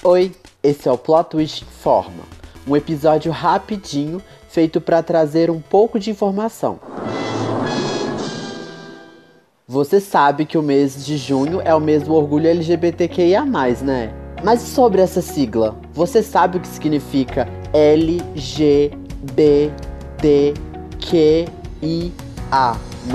Oi, esse é o Plot Twist Forma, um episódio rapidinho feito para trazer um pouco de informação. Você sabe que o mês de junho é o mês do orgulho LGBTQIA+, né? Mas sobre essa sigla, você sabe o que significa LGBTQIA+?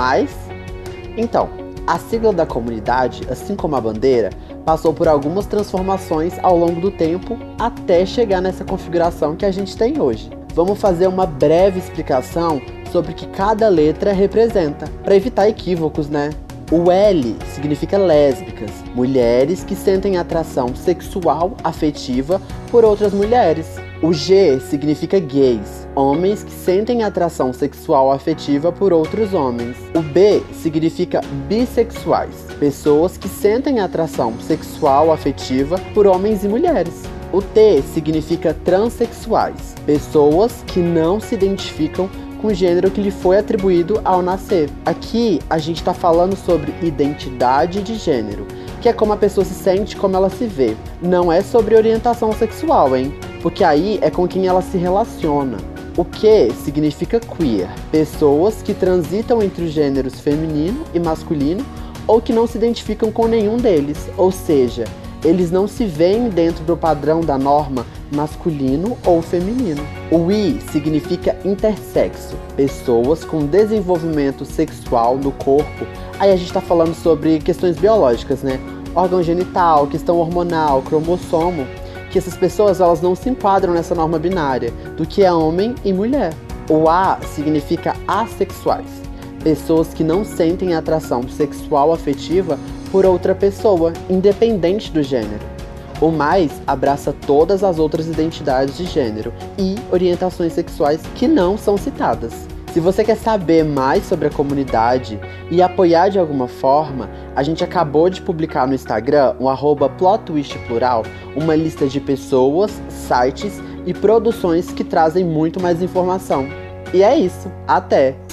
Então, a sigla da comunidade, assim como a bandeira, passou por algumas transformações ao longo do tempo até chegar nessa configuração que a gente tem hoje. Vamos fazer uma breve explicação sobre o que cada letra representa, para evitar equívocos, né? O L significa lésbicas, mulheres que sentem atração sexual afetiva por outras mulheres. O G significa gays, homens que sentem atração sexual afetiva por outros homens. O B significa bissexuais, pessoas que sentem atração sexual afetiva por homens e mulheres. O T significa transexuais, pessoas que não se identificam com o gênero que lhe foi atribuído ao nascer. Aqui a gente está falando sobre identidade de gênero, que é como a pessoa se sente, como ela se vê. Não é sobre orientação sexual, hein? Porque aí é com quem ela se relaciona. O Q significa queer, pessoas que transitam entre os gêneros feminino e masculino ou que não se identificam com nenhum deles, ou seja, eles não se veem dentro do padrão da norma masculino ou feminino. O I significa intersexo, pessoas com desenvolvimento sexual no corpo. Aí a gente tá falando sobre questões biológicas, né? Órgão genital, questão hormonal, cromossomo, que essas pessoas elas não se enquadram nessa norma binária do que é homem e mulher. O A significa assexuais, pessoas que não sentem atração sexual afetiva por outra pessoa, independente do gênero. O mais abraça todas as outras identidades de gênero e orientações sexuais que não são citadas. Se você quer saber mais sobre a comunidade e apoiar de alguma forma, a gente acabou de publicar no Instagram, @plottwistplural, uma lista de pessoas, sites e produções que trazem muito mais informação. E é isso, até!